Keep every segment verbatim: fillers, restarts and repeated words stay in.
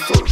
enfants.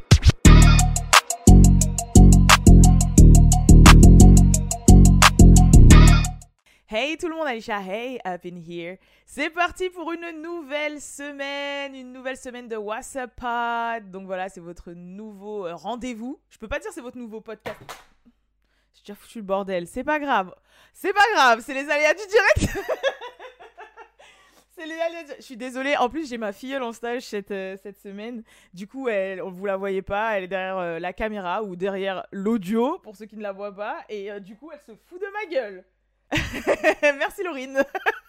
Hey tout le monde, Alisha, hey, up in here. C'est parti pour une nouvelle semaine, une nouvelle semaine de WhatsApp Pod. Donc voilà, c'est votre nouveau euh, rendez-vous. Je peux pas dire c'est votre nouveau podcast. J'ai déjà foutu le bordel, c'est pas grave. C'est pas grave, c'est les aléas du direct. C'est les aléas du... Je suis désolée, en plus j'ai ma filleule en stage cette, euh, cette semaine. Du coup, elle, vous la voyez pas, elle est derrière euh, la caméra ou derrière l'audio, pour ceux qui ne la voient pas. Et euh, du coup, elle se fout de ma gueule. Merci Laurine.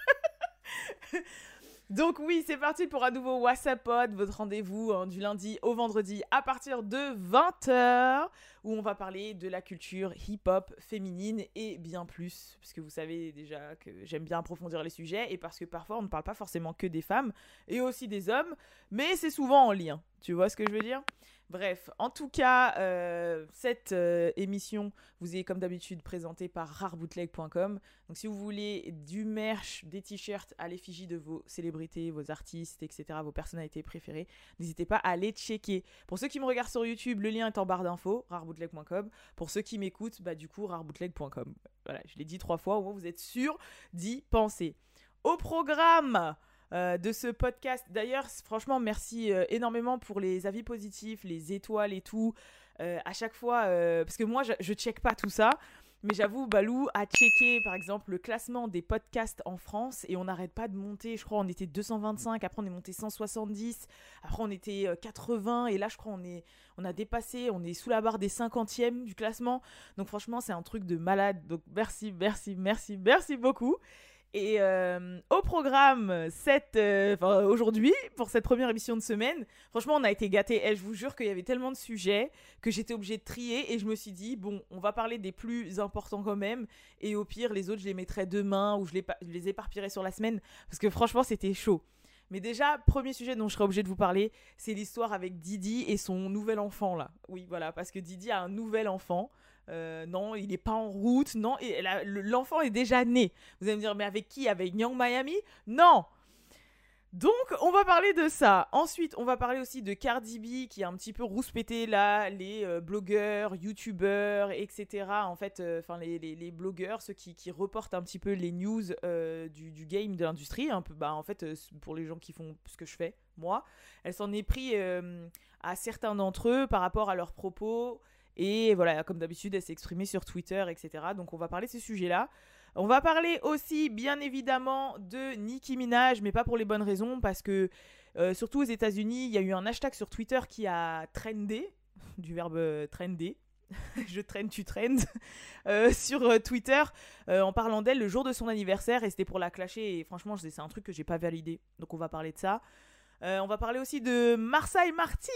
Donc oui, c'est parti pour un nouveau WhatsApp Pod, votre rendez-vous hein, du lundi au vendredi à partir de vingt heures, où on va parler de la culture hip-hop féminine et bien plus, parce que vous savez déjà que j'aime bien approfondir les sujets, et parce que parfois on ne parle pas forcément que des femmes, et aussi des hommes, mais c'est souvent en lien, tu vois ce que je veux dire ? Bref, en tout cas, euh, cette euh, émission vous est comme d'habitude présentée par rare bootleg point com. Donc si vous voulez du merch, des t-shirts à l'effigie de vos célébrités, vos artistes, et cetera, vos personnalités préférées, n'hésitez pas à aller checker. Pour ceux qui me regardent sur YouTube, le lien est en barre d'infos, rare bootleg point com. Pour ceux qui m'écoutent, bah du coup, rare bootleg point com. Voilà, je l'ai dit trois fois, au moins vous êtes sûr d'y penser. Au programme Euh, de ce podcast. D'ailleurs, franchement, merci euh, énormément pour les avis positifs, les étoiles et tout. Euh, à chaque fois, euh, parce que moi, je, je check pas tout ça, mais j'avoue, Balou a checké, par exemple, le classement des podcasts en France et on n'arrête pas de monter. Je crois on était deux cent vingt-cinq, après on est monté cent soixante-dix, après on était euh, quatre-vingts et là, je crois on est, on a dépassé, on est sous la barre des cinquantièmes du classement. Donc franchement, c'est un truc de malade. Donc merci, merci, merci, merci beaucoup. Et euh, au programme cette, euh, aujourd'hui, pour cette première émission de semaine, franchement, on a été gâtés. Et je vous jure qu'il y avait tellement de sujets que j'étais obligée de trier. Et je me suis dit, bon, on va parler des plus importants quand même. Et au pire, les autres, je les mettrai demain ou je les, je les éparpillerai sur la semaine. Parce que franchement, c'était chaud. Mais déjà, premier sujet dont je serai obligée de vous parler, c'est l'histoire avec Didi et son nouvel enfant, là. Oui, voilà, parce que Didi a un nouvel enfant. Euh, non, il n'est pas en route, non, et la, le, l'enfant est déjà né. Vous allez me dire, mais avec qui ? Avec Young Miami ? Non. Donc, on va parler de ça. Ensuite, on va parler aussi de Cardi B, qui a un petit peu rouspété là, les euh, blogueurs, youtubeurs, et cetera. En fait, enfin, euh, les, les, les blogueurs, ceux qui, qui reportent un petit peu les news euh, du, du game, de l'industrie, un peu, bah, en fait, euh, pour les gens qui font ce que je fais, moi, elle s'en est pris euh, à certains d'entre eux par rapport à leurs propos. Et voilà, comme d'habitude, elle s'est exprimée sur Twitter, et cetera. Donc, on va parler de ces sujets-là. On va parler aussi, bien évidemment, de Nicki Minaj, mais pas pour les bonnes raisons, parce que, euh, surtout aux États-Unis, il y a eu un hashtag sur Twitter qui a trendé, du verbe euh, trender. Je traîne, tu trends, euh, sur euh, Twitter, euh, en parlant d'elle le jour de son anniversaire, et c'était pour la clasher, et franchement, c'est un truc que j'ai pas validé. Donc, on va parler de ça. Euh, on va parler aussi de Marsai Martin.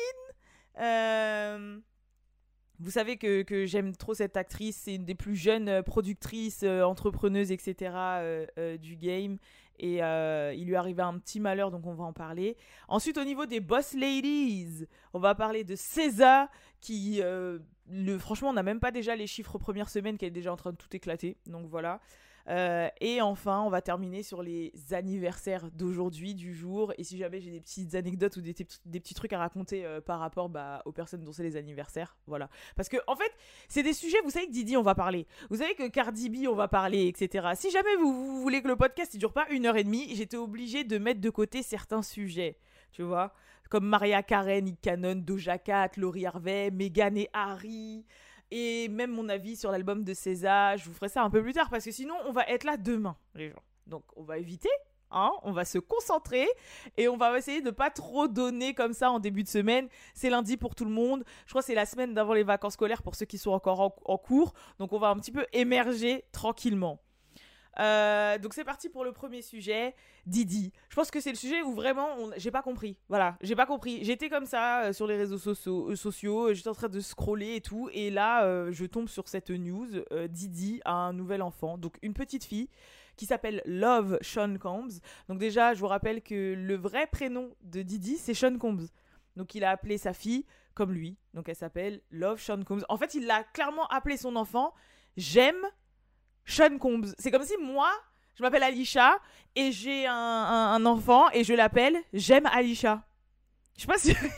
Euh... Vous savez que, que j'aime trop cette actrice, c'est une des plus jeunes productrices, euh, entrepreneuses, et cetera euh, euh, du game. Et euh, il lui est arrivé un petit malheur, donc on va en parler. Ensuite, au niveau des boss ladies, on va parler de César, qui, euh, le, franchement, on n'a même pas déjà les chiffres première semaine, qui est déjà en train de tout éclater. Donc voilà. Euh, et enfin, on va terminer sur les anniversaires d'aujourd'hui, du jour. Et si jamais j'ai des petites anecdotes ou des, t- des petits trucs à raconter euh, par rapport bah, aux personnes dont c'est les anniversaires, voilà. Parce que en fait, c'est des sujets, vous savez que Didi, on va parler. Vous savez que Cardi B, on va parler, et cetera. Si jamais vous, vous voulez que le podcast ne dure pas une heure et demie, j'étais obligée de mettre de côté certains sujets, tu vois. Comme Maria Carey, Nick Cannon, Doja Cat, Laurie Harvey, Meghan et Harry... Et même mon avis sur l'album de César, je vous ferai ça un peu plus tard parce que sinon on va être là demain, les gens. Donc on va éviter, hein, on va se concentrer et on va essayer de pas trop donner comme ça en début de semaine. C'est lundi pour tout le monde. Je crois que c'est la semaine d'avant les vacances scolaires pour ceux qui sont encore en, en cours. Donc on va un petit peu émerger tranquillement. Euh, donc c'est parti pour le premier sujet, Didi. Je pense que c'est le sujet où vraiment on... j'ai pas compris. Voilà, j'ai pas compris. J'étais comme ça euh, sur les réseaux sociaux, euh, sociaux, j'étais en train de scroller et tout, et là euh, je tombe sur cette news. Euh, Didi a un nouvel enfant, donc une petite fille qui s'appelle Love Sean Combs. Donc déjà, je vous rappelle que le vrai prénom de Didi c'est Sean Combs. Donc il a appelé sa fille comme lui. Donc elle s'appelle Love Sean Combs. En fait, il a clairement appelé son enfant J'aime Sean Combs. C'est comme si moi, je m'appelle Alisha et j'ai un, un, un enfant et je l'appelle J'aime Alisha. Je sais pas si...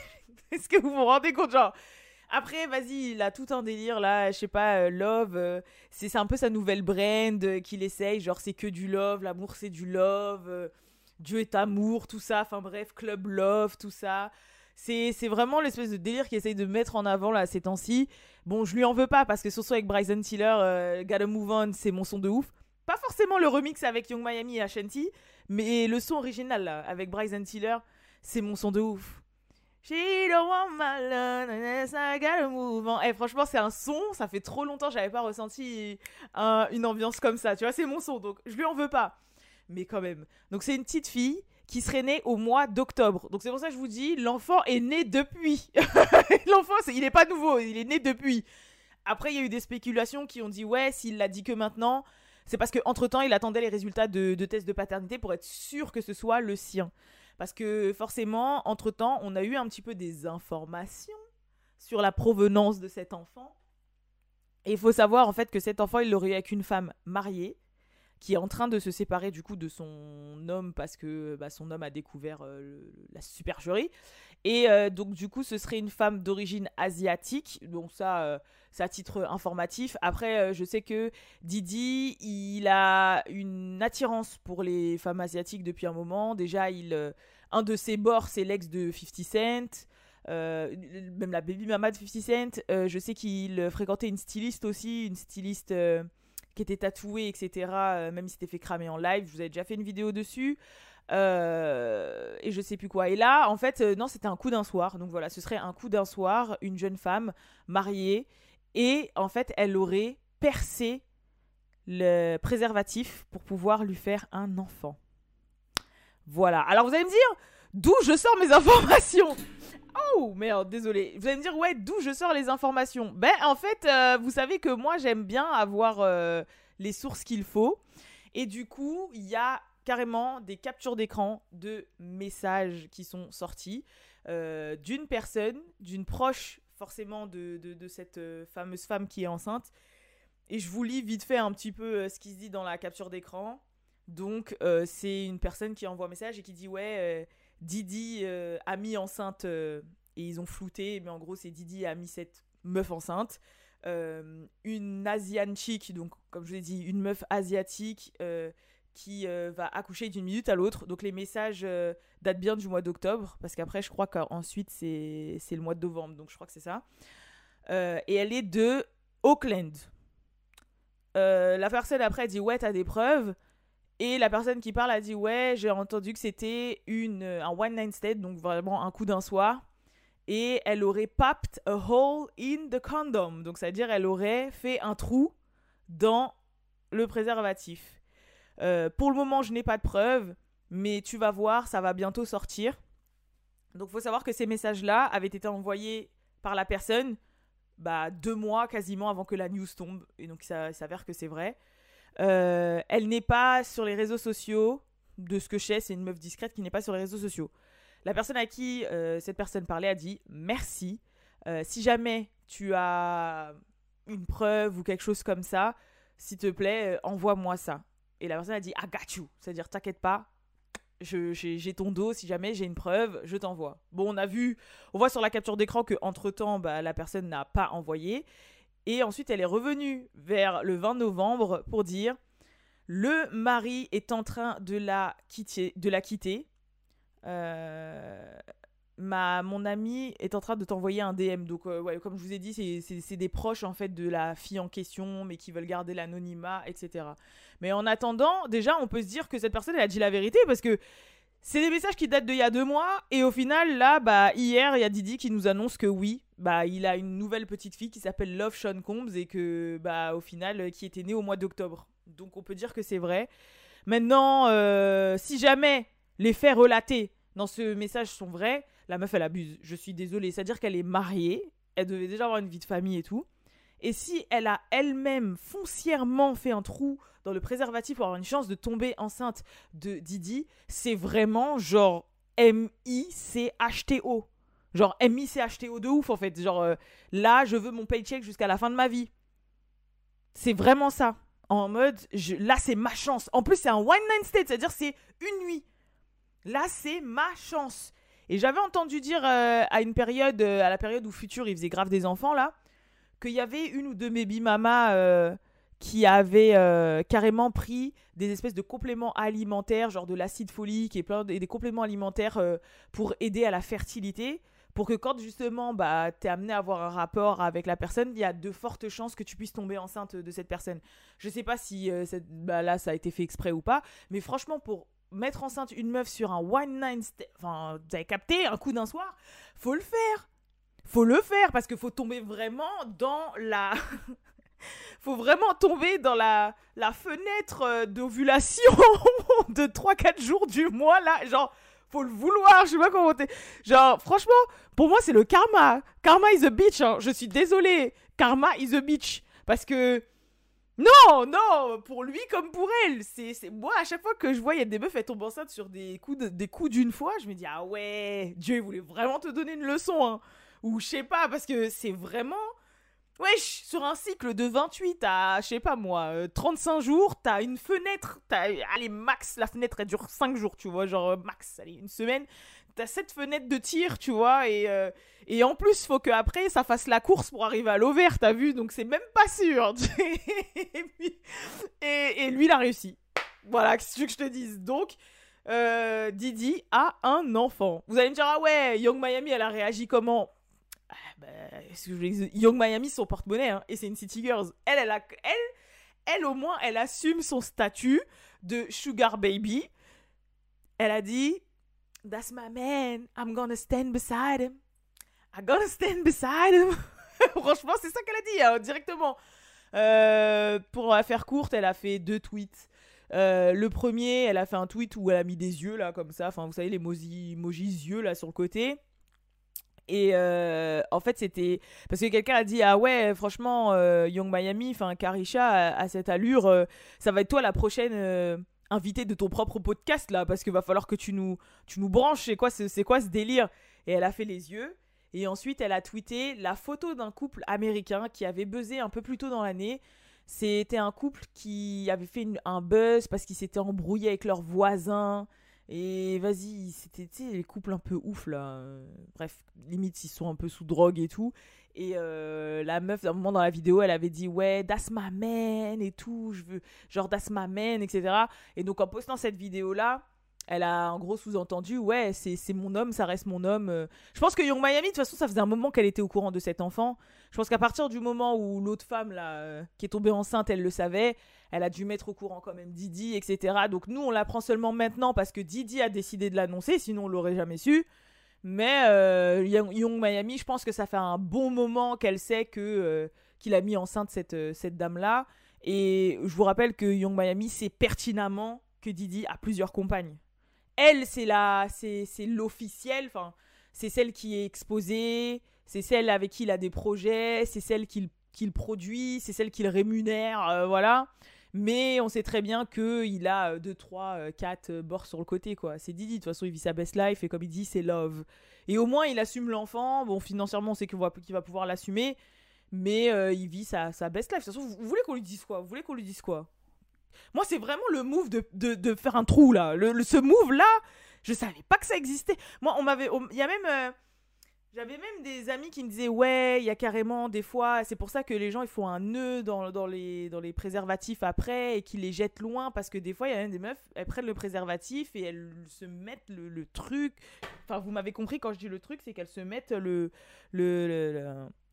Est-ce que vous vous rendez compte, genre... Après, vas-y, il a tout un délire, là, je sais pas, euh, love, euh, c'est, c'est un peu sa nouvelle brand euh, qu'il essaye, genre c'est que du love, l'amour c'est du love, euh, Dieu est amour, tout ça, enfin bref, club love, tout ça. C'est, c'est vraiment l'espèce de délire qu'il essaye de mettre en avant, là, ces temps-ci. Bon, je lui en veux pas, parce que surtout avec Bryson Tiller, euh, Gotta Move On, c'est mon son de ouf. Pas forcément le remix avec Young Miami et Ashanti, mais le son original, là, avec Bryson Tiller, c'est mon son de ouf. She don't want my love, unless I gotta move on. Eh, franchement, c'est un son, ça fait trop longtemps que j'avais pas ressenti un- une ambiance comme ça. Tu vois, c'est mon son, donc je lui en veux pas. Mais quand même. Donc, c'est une petite fille qui serait née au mois d'octobre. Donc, c'est pour ça que je vous dis, l'enfant est né depuis. L'enfant, c'est, il est pas nouveau, il est né depuis. Après, il y a eu des spéculations qui ont dit, ouais, s'il l'a dit que maintenant, c'est parce qu'entre-temps, il attendait les résultats de, de tests de paternité pour être sûr que ce soit le sien. Parce que forcément, entre-temps, on a eu un petit peu des informations sur la provenance de cet enfant. Et il faut savoir en fait que cet enfant, il l'aurait eu avec une femme mariée qui est en train de se séparer du coup de son homme parce que bah, son homme a découvert euh, le- la supercherie. Et euh, donc du coup, ce serait une femme d'origine asiatique. Donc ça, euh, c'est à titre informatif. Après, euh, je sais que Didi, il a une attirance pour les femmes asiatiques depuis un moment. Déjà, il, euh, un de ses bords, c'est l'ex de fifty Cent. Euh, même la baby mama de fifty Cent. Euh, je sais qu'il fréquentait une styliste aussi, une styliste euh, qui était tatouée, et cetera. Euh, même si c'était fait cramer en live. Je vous avais déjà fait une vidéo dessus. Euh, et je sais plus quoi. Et là, en fait, euh, non, c'était un coup d'un soir. Donc voilà, ce serait un coup d'un soir, une jeune femme mariée. Et en fait, elle aurait percé le préservatif pour pouvoir lui faire un enfant. Voilà. Alors vous allez me dire, d'où je sors mes informations? Oh merde, désolé. Vous allez me dire, ouais, d'où je sors les informations? Ben, en fait, euh, vous savez que moi, j'aime bien avoir euh, les sources qu'il faut. Et du coup, il y a carrément des captures d'écran de messages qui sont sortis euh, d'une personne, d'une proche forcément de, de, de cette euh, fameuse femme qui est enceinte. Et je vous lis vite fait un petit peu euh, ce qui se dit dans la capture d'écran. Donc, euh, c'est une personne qui envoie un message et qui dit, ouais, euh, Didi euh, a mis enceinte, euh, et ils ont flouté, mais en gros, c'est Didi a mis cette meuf enceinte. Euh, une Asian chick, donc comme je vous l'ai dit, une meuf asiatique euh, qui euh, va accoucher d'une minute à l'autre. Donc les messages euh, datent bien du mois d'octobre, parce qu'après, je crois qu'ensuite, c'est, c'est le mois de novembre, donc je crois que c'est ça. Euh, et elle est de Auckland. Euh, la personne après dit, ouais, t'as des preuves? Et la personne qui parle a dit, ouais, j'ai entendu que c'était une, un one night stand, donc vraiment un coup d'un soir. Et elle aurait popped a hole in the condom. Donc ça veut dire elle aurait fait un trou dans le préservatif. Euh, pour le moment, je n'ai pas de preuves, mais tu vas voir, ça va bientôt sortir. Donc il faut savoir que ces messages-là avaient été envoyés par la personne bah, deux mois quasiment avant que la news tombe. Et donc ça, ça s'avère que c'est vrai. Euh, elle n'est pas sur les réseaux sociaux. De ce que je sais, c'est une meuf discrète qui n'est pas sur les réseaux sociaux. La personne à qui euh, cette personne parlait a dit merci. Euh, si jamais tu as une preuve ou quelque chose comme ça, s'il te plaît, euh, envoie-moi ça. Et la personne a dit I got you. C'est-à-dire, t'inquiète pas, je, j'ai, j'ai ton dos. Si jamais j'ai une preuve, je t'envoie. Bon, on a vu, on voit sur la capture d'écran qu'entre-temps, bah, la personne n'a pas envoyé. Et ensuite, elle est revenue vers le vingt novembre pour dire le mari est en train de la quitter. De la quitter. Euh, ma, mon ami est en train de t'envoyer un D M. Donc, euh, ouais, comme je vous ai dit, c'est, c'est, c'est des proches en fait de la fille en question, mais qui veulent garder l'anonymat, et cetera. Mais en attendant, déjà, on peut se dire que cette personne, elle a dit la vérité parce que c'est des messages qui datent d'il y a deux mois. Et au final, là, bah, hier, il y a Didi qui nous annonce que oui, bah, il a une nouvelle petite fille qui s'appelle Love Sean Combs et que, bah, au final, qui était née au mois d'octobre. Donc, on peut dire que c'est vrai. Maintenant, euh, si jamais les faits relatés dans ce message sont vrais, la meuf, elle abuse. Je suis désolée. C'est-à-dire qu'elle est mariée. Elle devait déjà avoir une vie de famille et tout. Et si elle a elle-même foncièrement fait un trou dans le préservatif pour avoir une chance de tomber enceinte de Didi, c'est vraiment genre M I C H T O. Genre M I C H T O de ouf en fait. Genre euh, là, je veux mon paycheck jusqu'à la fin de ma vie. C'est vraiment ça. En mode, je, là, c'est ma chance. En plus, c'est un one night stand, c'est-à-dire c'est une nuit. Là, c'est ma chance. Et j'avais entendu dire euh, à une période, euh, à la période où Futur, il faisait grave des enfants, là, qu'il y avait une ou deux baby mamas euh, qui avaient euh, carrément pris des espèces de compléments alimentaires, genre de l'acide folique et plein de, et des compléments alimentaires euh, pour aider à la fertilité, pour que quand justement bah, t'es amené à avoir un rapport avec la personne, il y a de fortes chances que tu puisses tomber enceinte de cette personne. Je sais pas si euh, cette, bah, là ça a été fait exprès ou pas, mais franchement pour mettre enceinte une meuf sur un one night stand, enfin vous avez capté, un coup d'un soir, faut le faire. Faut le faire parce qu'il faut tomber vraiment dans la... faut vraiment tomber dans la, la fenêtre euh, d'ovulation de trois quatre jours du mois, là. Genre, faut le vouloir, je sais pas comment t'es... Genre, franchement, pour moi, c'est le karma. Karma is a bitch, hein. Je suis désolée. Karma is a bitch. Parce que... Non, non, pour lui comme pour elle. C'est, c'est... Moi, à chaque fois que je vois, il y a des meufs, elles tombent enceintes sur des coups, de... des coups d'une fois, je me dis, ah ouais, Dieu, il voulait vraiment te donner une leçon, hein. Ou je sais pas, parce que c'est vraiment... Wesh, sur un cycle de vingt-huit à, je sais pas moi, euh, trente-cinq jours, t'as une fenêtre, t'as, allez, max, la fenêtre, elle dure cinq jours, tu vois, genre, euh, max, allez, une semaine, t'as cette fenêtre de tir, tu vois, et, euh, et en plus, faut qu'après, ça fasse la course pour arriver à l'ovaire, t'as vu, donc c'est même pas sûr. et, puis, et, et lui, il a réussi. Voilà, qu'est-ce que tu veux que je te dise. Donc, euh, Didi a un enfant. Vous allez me dire, ah ouais, Young Miami, elle a réagi comment ? Ah, bah, Young Miami, son porte-monnaie, hein, et c'est une City Girls. Elle, elle, a, elle, elle, au moins, elle assume son statut de sugar baby. Elle a dit, that's my man, I'm gonna stand beside him. I'm gonna stand beside him. Franchement, c'est ça qu'elle a dit, hein, directement. Euh, pour la faire courte, elle a fait deux tweets. Euh, le premier, elle a fait un tweet où elle a mis des yeux, là, comme ça. Enfin, vous savez, les emojis, emojis yeux, là, sur le côté. Et euh, en fait, c'était... Parce que quelqu'un a dit, ah ouais, franchement, euh, Young Miami, enfin, Karisha, à, à cette allure, euh, ça va être toi la prochaine euh, invitée de ton propre podcast, là, parce qu'il va falloir que tu nous, tu nous branches. C'est quoi, c'est, c'est quoi ce délire ? Et elle a fait les yeux. Et ensuite, elle a tweeté la photo d'un couple américain qui avait buzzé un peu plus tôt dans l'année. C'était un couple qui avait fait une, un buzz parce qu'ils s'étaient embrouillés avec leurs voisins. Et vas-y, c'était, tu sais, les couples un peu ouf, là. Euh, bref, limite, ils sont un peu sous drogue et tout. Et euh, la meuf, à un moment dans la vidéo, elle avait dit, ouais, that's my man et tout. Je veux, genre, that's my man, et cetera. Et donc, en postant cette vidéo-là, elle a en gros sous-entendu, ouais, c'est, c'est mon homme, ça reste mon homme. Euh, Je pense que Young Miami, de toute façon, ça faisait un moment qu'elle était au courant de cet enfant. Je pense qu'à partir du moment où l'autre femme, là, euh, qui est tombée enceinte, elle le savait, elle a dû mettre au courant quand même Didi, et cetera. Donc nous, on l'apprend seulement maintenant parce que Didi a décidé de l'annoncer, sinon on l'aurait jamais su. Mais euh, Young Miami, je pense que ça fait un bon moment qu'elle sait que, euh, qu'il a mis enceinte cette, euh, cette dame-là. Et je vous rappelle que Young Miami sait pertinemment que Didi a plusieurs compagnes. Elle, c'est la, c'est, c'est l'officielle, enfin, c'est celle qui est exposée, c'est celle avec qui il a des projets, c'est celle qu'il, qu'il produit, c'est celle qu'il rémunère, euh, voilà. Mais on sait très bien qu'il a deux, trois, quatre bords sur le côté, quoi. C'est Didi, de toute façon, il vit sa best life, et comme il dit, c'est love. Et au moins, il assume l'enfant. Bon, financièrement, on sait qu'il va, qu'il va pouvoir l'assumer, mais euh, il vit sa, sa best life. De toute façon, vous, vous voulez qu'on lui dise quoi ? Vous voulez qu'on lui dise quoi ? Moi, c'est vraiment le move de, de, de faire un trou, là. Le, le, ce move-là, je savais pas que ça existait. Moi, on m'avait... Il y a même... Euh, j'avais même des amis qui me disaient, ouais, il y a carrément des fois... C'est pour ça que les gens, ils font un nœud dans, dans, les, dans les préservatifs après et qu'ils les jettent loin. Parce que des fois, il y a même des meufs, elles prennent le préservatif et elles se mettent le, le truc... Enfin, vous m'avez compris, quand je dis le truc, c'est qu'elles se mettent le... le, le, le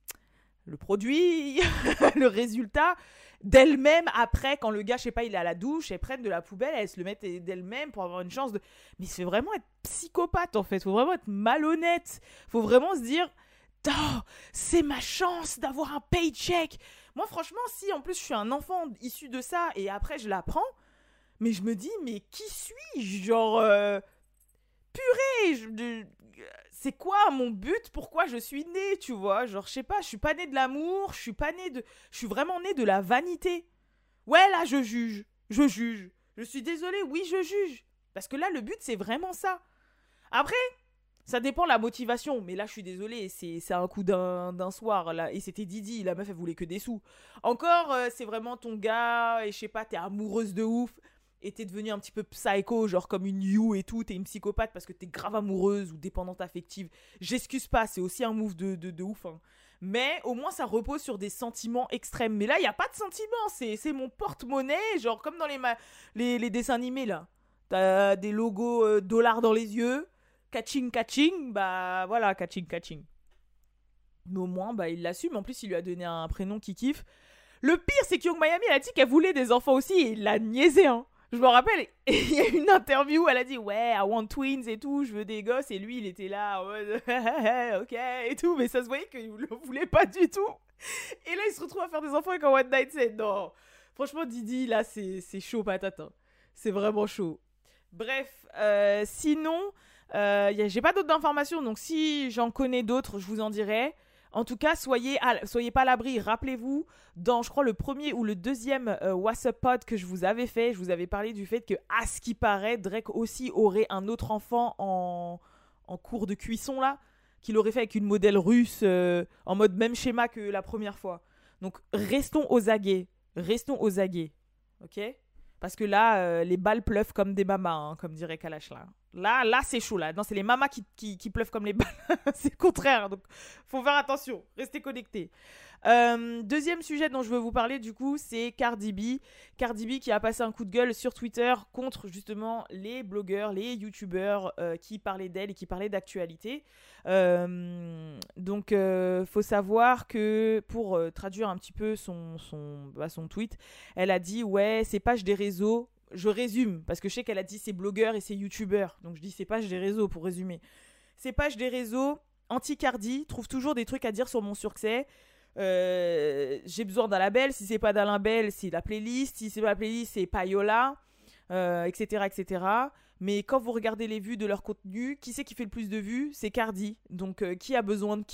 le produit, le résultat d'elle-même après, quand le gars, je sais pas, il est à la douche, elles prennent de la poubelle, elles se le mettent d'elle-même pour avoir une chance de... Mais c'est vraiment être psychopathe, en fait. Faut vraiment être malhonnête. Faut vraiment se dire, oh, c'est ma chance d'avoir un paycheck. Moi, franchement, si en plus je suis un enfant issu de ça et après je l'apprends, mais je me dis, mais qui suis-je ? Genre, euh... purée, je... c'est quoi mon but ? Pourquoi je suis née, tu vois ? Genre, je sais pas, je suis pas née de l'amour, je suis pas née de... Je suis vraiment née de la vanité. Ouais, là, je juge. Je juge. Je suis désolée, oui, je juge. Parce que là, le but, c'est vraiment ça. Après, ça dépend de la motivation. Mais là, je suis désolée, c'est, c'est un coup d'un, d'un soir. Là. Et c'était Didi, la meuf, elle voulait que des sous. Encore, euh, c'est vraiment ton gars, et je sais pas, t'es amoureuse de ouf. et t'es devenue un petit peu psycho, genre comme une you et tout, t'es une psychopathe parce que t'es grave amoureuse ou dépendante affective. J'excuse pas, c'est aussi un move de, de, de ouf. Hein. Mais au moins, ça repose sur des sentiments extrêmes. Mais là, il n'y a pas de sentiments, c'est, c'est mon porte-monnaie, genre comme dans les, ma- les, les dessins animés, là. T'as des logos euh, dollars dans les yeux, catching, catching, bah voilà, catching, catching. Mais au moins, bah, il l'assume. En plus, il lui a donné un prénom qui kiffe. Le pire, c'est que Young Miami, elle a dit qu'elle voulait des enfants aussi et il l'a niaisé, hein. Je me rappelle, il y a une interview où elle a dit ouais, I want twins et tout, je veux des gosses. Et lui, il était là, en mode ok, et tout. Mais ça se voyait qu'il ne le voulait pas du tout. Et là, il se retrouve à faire des enfants avec un one night stand. Non, franchement, Didi, là, c'est, c'est chaud patate. Hein. C'est vraiment chaud. Bref, euh, sinon, euh, y a, j'ai pas d'autres informations. Donc, si j'en connais d'autres, je vous en dirai. En tout cas, soyez, à, soyez pas à l'abri. Rappelez-vous, dans, je crois, le premier ou le deuxième euh, What's Up Pod que je vous avais fait, je vous avais parlé du fait que, à ce qui paraît, Drake aussi aurait un autre enfant en, en cours de cuisson, là, qu'il aurait fait avec une modèle russe, euh, en mode même schéma que la première fois. Donc, restons aux aguets. Restons aux aguets. Ok ? Parce que là, euh, les balles pleuvent comme des mamas, hein, comme dirait Kalash, là. Là, là, c'est chaud, là. Non, c'est les mamas qui, qui, qui pleuvent comme les balles. C'est le contraire. Donc, faut faire attention. Restez connectés. Euh, deuxième sujet dont je veux vous parler, du coup, c'est Cardi B. Cardi B qui a passé un coup de gueule sur Twitter contre, justement, les blogueurs, les youtubeurs euh, qui parlaient d'elle et qui parlaient d'actualité. Euh, donc, euh, faut savoir que, pour euh, traduire un petit peu son, son, bah, son tweet, elle a dit, ouais, ces pages des réseaux... Je résume, parce que je sais qu'elle a dit c'est blogueurs et c'est youtubeurs. Donc je dis c'est pages des réseaux pour résumer. Ces pages des réseaux anti-Cardi trouvent toujours des trucs à dire sur mon succès. Euh, j'ai besoin d'un label. Si c'est pas d'un label, c'est la playlist. Si c'est pas la playlist, c'est Payola, euh, et cetera, et cetera. Mais quand vous regardez les vues de leur contenu, qui c'est qui fait le plus de vues ? C'est Cardi. Donc euh, qui a besoin de qui ?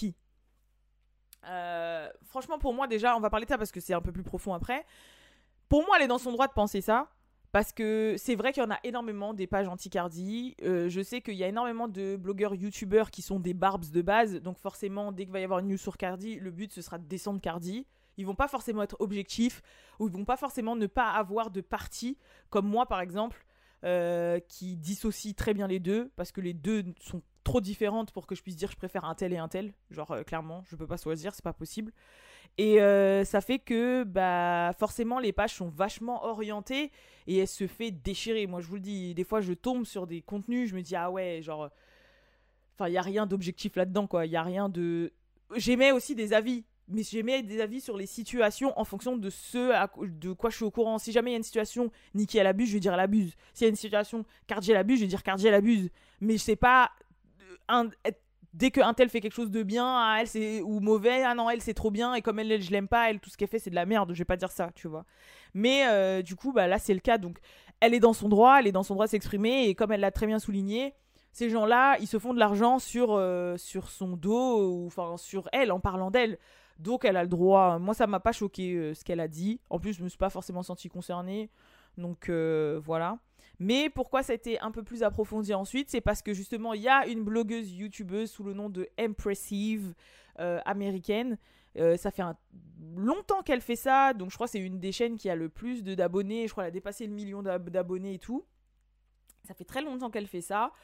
euh, Franchement, pour moi, déjà, on va parler de ça parce que c'est un peu plus profond après. Pour moi, elle est dans son droit de penser ça. Parce que c'est vrai qu'il y en a énormément des pages anti-Cardi. Euh, je sais qu'il y a énormément de blogueurs, youtubeurs qui sont des barbs de base. Donc forcément, dès qu'il va y avoir une news sur Cardi, le but, ce sera de descendre Cardi. Ils vont pas forcément être objectifs ou ils vont pas forcément ne pas avoir de parti. Comme moi, par exemple, euh, qui dissocie très bien les deux. Parce que les deux sont trop différentes pour que je puisse dire je préfère un tel et un tel. Genre, euh, clairement, je peux pas choisir, c'est pas possible. Et euh, ça fait que bah, forcément les pages sont vachement orientées et elle se fait déchirer. Moi je vous le dis, des fois je tombe sur des contenus, je me dis ah ouais, genre, enfin il n'y a rien d'objectif là-dedans quoi, il n'y a rien de... J'aimais aussi des avis, mais j'aimais des avis sur les situations en fonction de ce à, de quoi je suis au courant. Si jamais il y a une situation Nicki elle abuse, je vais dire elle abuse. S'il y a une situation Cardi elle abuse, je vais dire Cardi elle abuse. Mais je sais pas... Un, dès qu'un tel fait quelque chose de bien, ah, elle c'est ou mauvais, ah non elle c'est trop bien et comme elle, elle je l'aime pas, elle tout ce qu'elle fait c'est de la merde, je vais pas dire ça, tu vois. Mais euh, du coup bah là c'est le cas, donc elle est dans son droit, elle est dans son droit de s'exprimer et comme elle l'a très bien souligné, ces gens-là ils se font de l'argent sur euh, sur son dos ou enfin sur elle en parlant d'elle. Donc elle a le droit. Moi ça m'a pas choqué euh, ce qu'elle a dit. En plus je me suis pas forcément sentie concernée. Donc euh, voilà. Mais pourquoi ça a été un peu plus approfondi ensuite, c'est parce que justement, il y a une blogueuse youtubeuse sous le nom de Empressive euh, américaine. Euh, ça fait un... longtemps qu'elle fait ça, donc je crois que c'est une des chaînes qui a le plus de, d'abonnés. Je crois qu'elle a dépassé le million d'ab- d'abonnés et tout. Ça fait très longtemps qu'elle fait ça.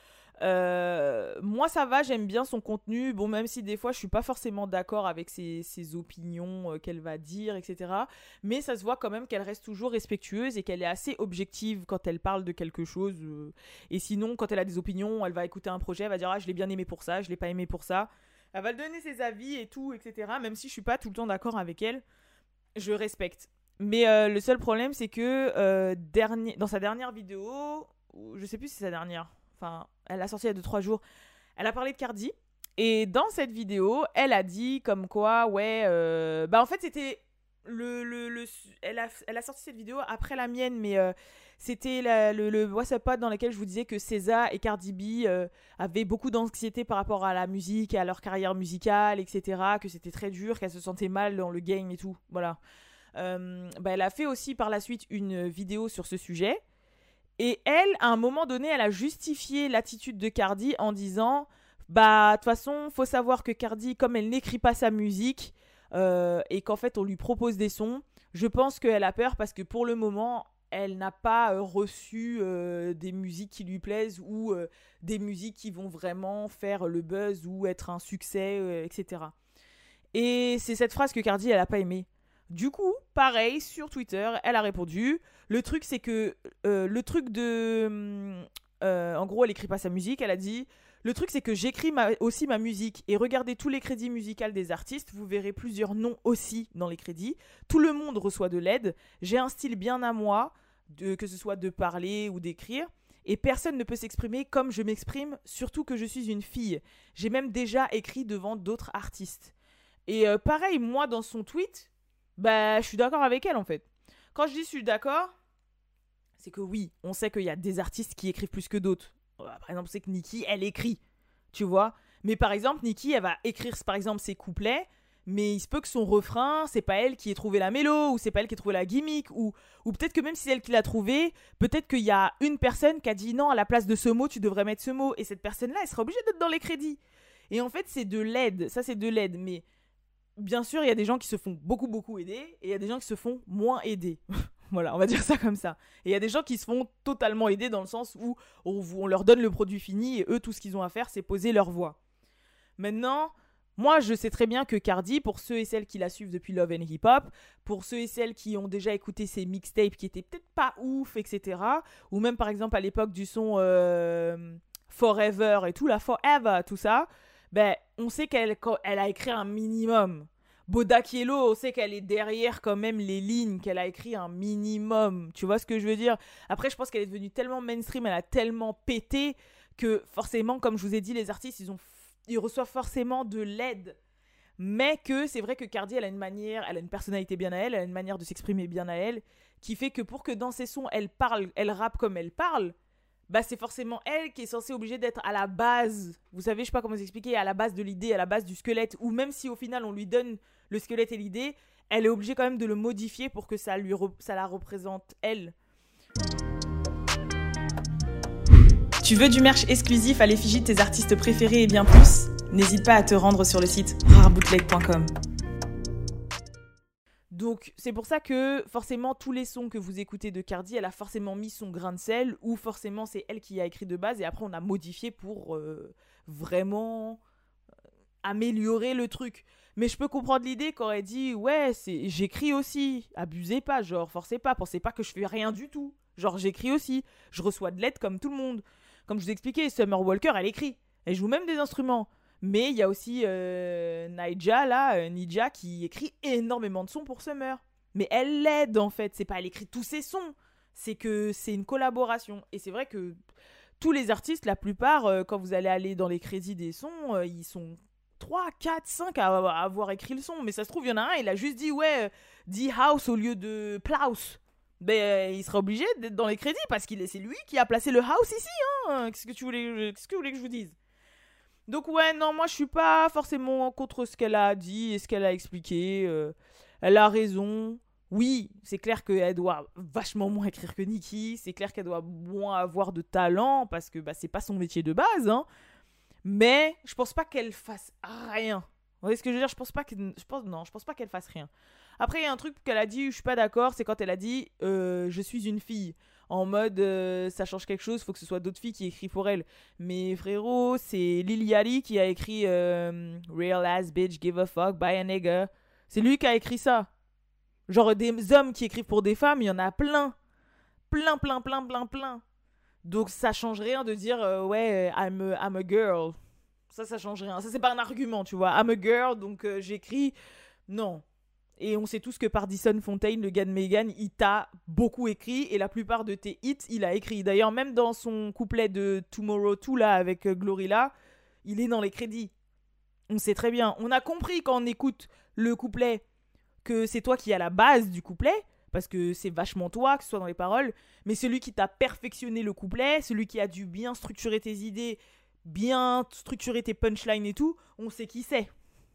Euh, moi ça va, j'aime bien son contenu, bon même si des fois je suis pas forcément d'accord avec ses, ses opinions euh, qu'elle va dire, etc, mais ça se voit quand même qu'elle reste toujours respectueuse et qu'elle est assez objective quand elle parle de quelque chose, euh, et sinon quand elle a des opinions elle va écouter un projet, elle va dire ah je l'ai bien aimé pour ça, je l'ai pas aimé pour ça, elle va donner ses avis et tout, etc, même si je suis pas tout le temps d'accord avec elle, je respecte. Mais euh, le seul problème c'est que euh, dernier... dans sa dernière vidéo, je sais plus si c'est sa dernière, enfin, elle a sorti il y a deux trois jours. Elle a parlé de Cardi. Et dans cette vidéo, elle a dit comme quoi, ouais, euh, bah en fait, c'était le... le, le elle, a, elle a sorti cette vidéo après la mienne, mais euh, c'était la, le, le WhatsApp Pod dans lequel je vous disais que SZA et Cardi B euh, avaient beaucoup d'anxiété par rapport à la musique et à leur carrière musicale, et cetera. Que c'était très dur, qu'elle se sentait mal dans le game et tout. Voilà. Euh, bah, elle a fait aussi par la suite une vidéo sur ce sujet. Et elle, à un moment donné, elle a justifié l'attitude de Cardi en disant bah, de toute façon, faut savoir que Cardi, comme elle n'écrit pas sa musique euh, et qu'en fait, on lui propose des sons, je pense qu'elle a peur parce que pour le moment, elle n'a pas euh, reçu euh, des musiques qui lui plaisent ou euh, des musiques qui vont vraiment faire le buzz ou être un succès, euh, et cetera. Et c'est cette phrase que Cardi, elle a pas aimée. Du coup, pareil, sur Twitter, elle a répondu. Le truc, c'est que euh, le truc de... euh, en gros, elle écrit pas sa musique, elle a dit... Le truc, c'est que j'écris ma- aussi ma musique et regardez tous les crédits musicaux des artistes, vous verrez plusieurs noms aussi dans les crédits. Tout le monde reçoit de l'aide. J'ai un style bien à moi, de, que ce soit de parler ou d'écrire. Et personne ne peut s'exprimer comme je m'exprime, surtout que je suis une fille. J'ai même déjà écrit devant d'autres artistes. Et euh, pareil, moi, dans son tweet, bah, je suis d'accord avec elle, en fait. Quand je dis je suis d'accord, c'est que oui, on sait qu'il y a des artistes qui écrivent plus que d'autres. Par exemple, c'est que Nicki, elle écrit, tu vois. Mais par exemple, Nicki, elle va écrire, par exemple, ses couplets, mais il se peut que son refrain, c'est pas elle qui ait trouvé la mélo, ou c'est pas elle qui ait trouvé la gimmick, ou, ou peut-être que même si c'est elle qui l'a trouvé, peut-être qu'il y a une personne qui a dit non, à la place de ce mot, tu devrais mettre ce mot, et cette personne-là, elle sera obligée d'être dans les crédits. Et en fait, c'est de l'aide, ça c'est de l'aide, mais bien sûr, il y a des gens qui se font beaucoup, beaucoup aider, et il y a des gens qui se font moins aider. Voilà, on va dire ça comme ça. Et il y a des gens qui se font totalement aider dans le sens où on, on leur donne le produit fini et eux, tout ce qu'ils ont à faire, c'est poser leur voix. Maintenant, moi, je sais très bien que Cardi, pour ceux et celles qui la suivent depuis Love and Hip Hop, pour ceux et celles qui ont déjà écouté ses mixtapes qui étaient peut-être pas ouf, et cetera, ou même par exemple à l'époque du son euh, Forever et tout, la Forever, tout ça, ben, on sait qu'elle elle a écrit un minimum. Boda Kielo, on sait qu'elle est derrière quand même les lignes, qu'elle a écrit un minimum. Tu vois ce que je veux dire? Après, je pense qu'elle est devenue tellement mainstream, elle a tellement pété que forcément, comme je vous ai dit, les artistes, ils, ont, ils reçoivent forcément de l'aide. Mais que c'est vrai que Cardi, elle a une manière, elle a une personnalité bien à elle, elle a une manière de s'exprimer bien à elle, qui fait que pour que dans ses sons, elle parle, elle rappe comme elle parle, bah c'est forcément elle qui est censée obligée d'être à la base, vous savez, je sais pas comment vous expliquer, à la base de l'idée, à la base du squelette, ou même si au final on lui donne le squelette et l'idée, elle est obligée quand même de le modifier pour que ça, lui re- ça la représente elle. Tu veux du merch exclusif à l'effigie de tes artistes préférés et bien plus? N'hésite pas à te rendre sur le site rare bootleg point com. Donc c'est pour ça que forcément tous les sons que vous écoutez de Cardi, elle a forcément mis son grain de sel, ou forcément c'est elle qui a écrit de base et après on a modifié pour euh, vraiment améliorer le truc. Mais je peux comprendre l'idée qu'on aurait dit ouais, c'est j'écris aussi, abusez pas, genre forcez pas, pensez pas que je fais rien du tout. Genre j'écris aussi, je reçois de l'aide comme tout le monde. Comme je vous ai expliqué, Summer Walker, elle écrit, elle joue même des instruments. Mais il y a aussi euh, Naija, là, euh, Nija, qui écrit énormément de sons pour Summer. Mais elle l'aide, en fait. C'est pas elle écrit tous ses sons. C'est que c'est une collaboration. Et c'est vrai que tous les artistes, la plupart, euh, quand vous allez aller dans les crédits des sons, euh, ils sont trois, quatre, cinq à, à avoir écrit le son. Mais ça se trouve, il y en a un, il a juste dit, ouais, euh, dit house au lieu de Plaus. Ben, euh, il sera obligé d'être dans les crédits parce que c'est lui qui a placé le house ici. Hein. Qu'est-ce que tu voulais, qu'est-ce que vous voulez que je vous dise? Donc ouais, non, moi je suis pas forcément contre ce qu'elle a dit et ce qu'elle a expliqué. Euh, elle a raison. Oui, c'est clair qu'elle doit vachement moins écrire que Nicki. C'est clair qu'elle doit moins avoir de talent parce que bah, c'est pas son métier de base. Hein. Mais je pense pas qu'elle fasse rien. Vous voyez ce que je veux dire? Je pense pas que... je pense... Non, je pense pas qu'elle fasse rien. Après, il y a un truc qu'elle a dit, je suis pas d'accord, c'est quand elle a dit euh, je suis une fille. En mode, euh, ça change quelque chose, faut que ce soit d'autres filles qui écrivent pour elle. Mais frérot, c'est Lil Yachty qui a écrit euh, Real ass bitch, give a fuck, buy a nigga. C'est lui qui a écrit ça. Genre, des hommes qui écrivent pour des femmes, il y en a plein. Plein, plein, plein, plein, plein. Donc, ça change rien de dire, euh, ouais, I'm a, I'm a girl. Ça, ça change rien. Ça, c'est pas un argument, tu vois. I'm a girl, donc euh, j'écris. Non. Et on sait tous que Pardison Fontaine, le gars de Megan, il t'a beaucoup écrit. Et la plupart de tes hits, il a écrit. D'ailleurs, même dans son couplet de Tomorrow deux, là, avec euh, Glorilla, il est dans les crédits. On sait très bien. On a compris quand on écoute le couplet que c'est toi qui es à la base du couplet. Parce que c'est vachement toi, que ce soit dans les paroles. Mais celui qui t'a perfectionné le couplet, celui qui a dû bien structurer tes idées, bien structurer tes punchlines et tout, on sait qui c'est.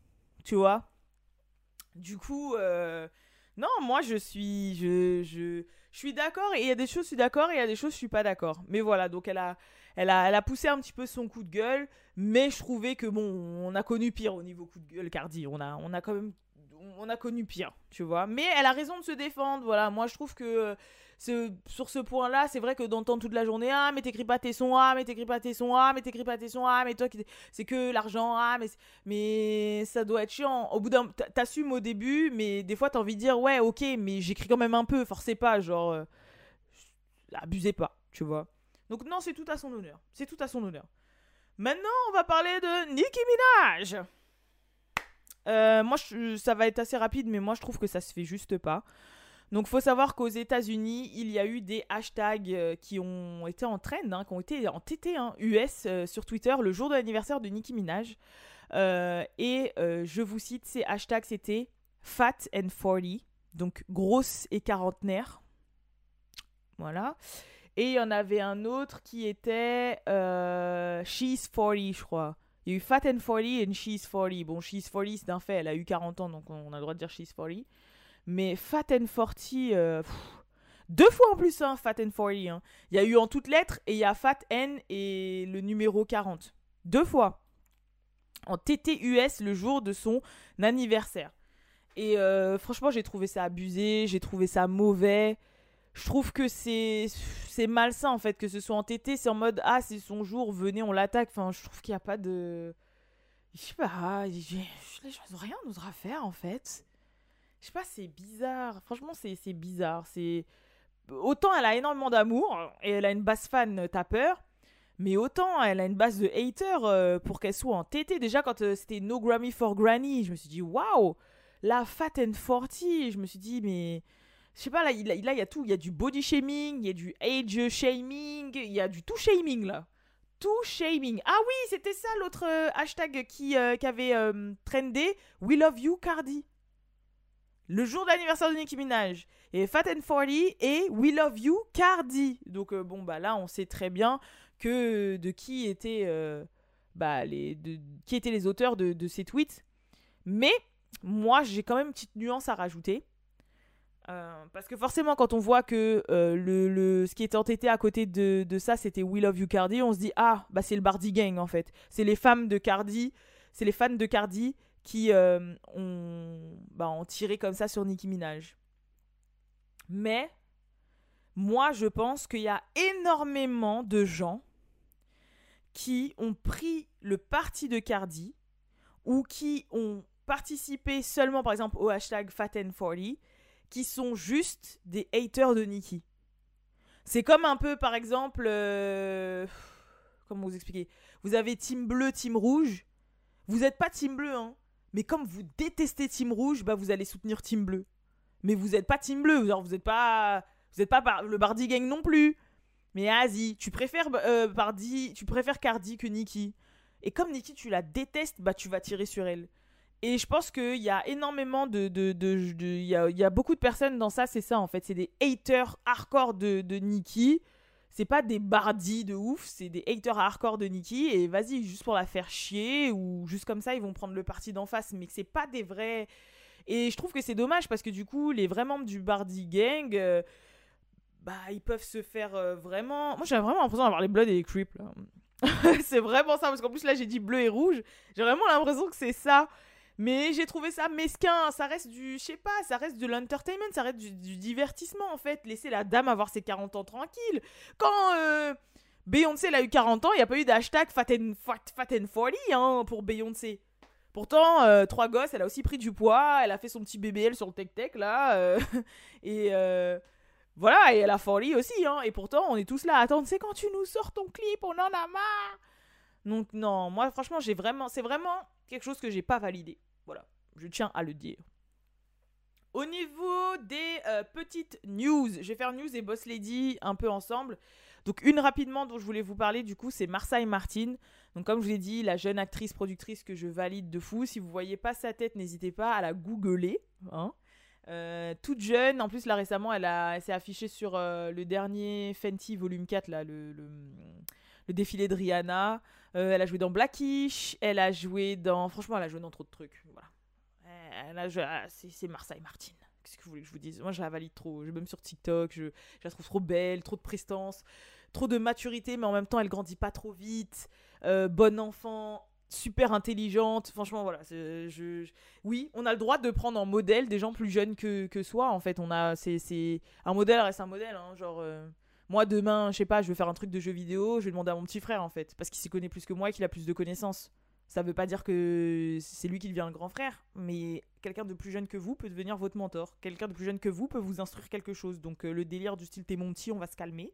Tu vois ? Du coup, euh, non, moi je suis, je, je, je suis d'accord et il y a des choses je suis d'accord et il y a des choses je suis pas d'accord. Mais voilà, donc elle a, elle a, elle a poussé un petit peu son coup de gueule, mais je trouvais que bon, on a connu pire au niveau coup de gueule, Cardi. On a, on a quand même, on a connu pire, tu vois. Mais elle a raison de se défendre, voilà. Moi, je trouve que ce, sur ce point-là, c'est vrai que d'entendre toute la journée, ah, mais t'écris pas tes sons, ah, mais t'écris pas tes sons, ah, mais t'écris pas tes sons, ah, mais toi, c'est que l'argent, ah, mais, mais ça doit être chiant. Au bout d'un, t'assumes au début, mais des fois, t'as envie de dire, ouais, ok, mais j'écris quand même un peu, forcez pas, genre, euh, abusez pas, tu vois. Donc non, c'est tout à son honneur, c'est tout à son honneur. Maintenant, on va parler de Nicki Minaj. Euh, moi, je, ça va être assez rapide, mais moi, je trouve que ça se fait juste pas. Donc, faut savoir qu'aux États-Unis, il y a eu des hashtags euh, qui ont été en trend, hein, qui ont été en T T hein, U S euh, sur Twitter le jour de l'anniversaire de Nicki Minaj. Euh, et euh, je vous cite, ces hashtags, c'était Fat and forty, donc grosse et quarantenaire. Voilà. Et il y en avait un autre qui était euh, She's forty, je crois. Il y a eu Fat and forty et She's forty. Bon, She's forty, c'est d'un fait, elle a eu quarante ans, donc on a le droit de dire She's forty. Mais Fat and forty, euh, pff, deux fois en plus, hein, Fat and forty. Hein. Il y a eu en toutes lettres et il y a Fat N et le numéro quarante. Deux fois. En T T U S le jour de son anniversaire. Et euh, franchement, j'ai trouvé ça abusé, j'ai trouvé ça mauvais. Je trouve que c'est, c'est malsain en fait, que ce soit en T T, c'est en mode ah, c'est son jour, venez, on l'attaque. Enfin, je trouve qu'il n'y a pas de. Je sais pas, les gens n'ont rien d'autre à faire en fait. Je sais pas, c'est bizarre. Franchement, c'est, c'est bizarre. C'est... Autant elle a énormément d'amour et elle a une base fan, t'as peur. Mais autant elle a une base de haters euh, pour qu'elle soit en T T. Déjà, quand euh, c'était No Grammy for Granny, je me suis dit waouh, la Fat and forty. Je me suis dit, mais. Je sais pas, là, il, là, il y a tout. Il y a du body shaming, il y a du age shaming, il y a du tout shaming, là. Tout shaming. Ah oui, c'était ça l'autre euh, hashtag qui, euh, qui avait euh, trendé. We love you, Cardi. Le jour de l'anniversaire de Nicki Minaj. Et Fat and forty et We love you, Cardi. Donc, euh, bon, bah là, on sait très bien que de qui étaient, euh, bah, les, de, qui étaient les auteurs de, de ces tweets. Mais, moi, j'ai quand même une petite nuance à rajouter. Euh, parce que forcément quand on voit que euh, le, le, ce qui était entêté à côté de, de ça c'était We Love You Cardi, on se dit ah bah c'est le Bardi Gang en fait, c'est les femmes de Cardi, c'est les fans de Cardi qui euh, ont, bah, ont tiré comme ça sur Nicki Minaj. Mais moi je pense qu'il y a énormément de gens qui ont pris le parti de Cardi ou qui ont participé seulement par exemple au hashtag Fat and forty qui sont juste des haters de Nicki. C'est comme un peu, par exemple, euh... comment vous expliquer ? Vous avez team bleu, team rouge. Vous n'êtes pas team bleu, hein. Mais comme vous détestez team rouge, bah vous allez soutenir team bleu. Mais vous n'êtes pas team bleu, genre vous n'êtes pas, vous n'êtes pas par... le Bardi Gang non plus. Mais vas-y, tu préfères euh, Bardi, tu préfères Cardi que Nicki. Et comme Nicki, tu la détestes, bah tu vas tirer sur elle. Et je pense qu'il y a énormément de... de, de, de il, y a, il y a beaucoup de personnes dans ça, c'est ça en fait. C'est des haters hardcore de, de Nicki. C'est pas des bardis de ouf, c'est des haters hardcore de Nicki. Et vas-y, juste pour la faire chier, ou juste comme ça, ils vont prendre le parti d'en face. Mais que c'est pas des vrais... Et je trouve que c'est dommage parce que du coup, les vrais membres du Bardi Gang... Euh, bah, ils peuvent se faire euh, vraiment... Moi, j'ai vraiment l'impression d'avoir les Bloods et les Crips, là. C'est vraiment ça, parce qu'en plus, là, j'ai dit bleu et rouge. J'ai vraiment l'impression que c'est ça. Mais j'ai trouvé ça mesquin, ça reste du, je sais pas, ça reste de l'entertainment, ça reste du, du divertissement en fait. Laissez la dame avoir ses quarante ans tranquille. Quand euh, Beyoncé elle a eu quarante ans, il n'y a pas eu d'hashtag Fat and, fat, fat and forty hein, pour Beyoncé. Pourtant, euh, trois gosses, elle a aussi pris du poids, elle a fait son petit B B L sur le tech-tech là. Euh, et euh, voilà, et elle a forty aussi. Hein, et pourtant, on est tous là à attendre, c'est quand tu nous sors ton clip, on en a marre. Donc non, moi franchement, j'ai vraiment, c'est vraiment quelque chose que j'ai pas validé. Voilà, je tiens à le dire. Au niveau des euh, petites news, je vais faire news et Boss Lady un peu ensemble. Donc une rapidement dont je voulais vous parler du coup, c'est Marsai Martin. Donc comme je vous l'ai dit, la jeune actrice productrice que je valide de fou. Si vous voyez pas sa tête, n'hésitez pas à la googler. Hein. Euh, toute jeune, en plus là récemment, elle, a, elle s'est affichée sur euh, le dernier Fenty volume quatre, là, le, le, le défilé de Rihanna. Euh, elle a joué dans Blackish, elle a joué dans... Franchement, elle a joué dans trop de trucs. Voilà. Elle a joué... c'est, c'est Marsai Martin. Qu'est-ce que vous voulez que je vous dise ? Moi, je la valide trop. Je même sur TikTok, je, je la trouve trop belle, trop de prestance, trop de maturité, mais en même temps, elle grandit pas trop vite. Euh, bon enfant. super intelligente. Franchement, voilà. Je, je... Oui, on a le droit de prendre en modèle des gens plus jeunes que, que soi. En fait, on a, c'est, c'est... un modèle reste un modèle. Hein, genre, euh... moi, demain, je sais pas, je veux faire un truc de jeu vidéo. Je vais demander à mon petit frère, en fait, parce qu'il s'y connaît plus que moi et qu'il a plus de connaissances. Ça veut pas dire que c'est lui qui devient le grand frère, mais quelqu'un de plus jeune que vous peut devenir votre mentor. Quelqu'un de plus jeune que vous peut vous instruire quelque chose. Donc, euh, le délire du style t'es mon petit, on va se calmer.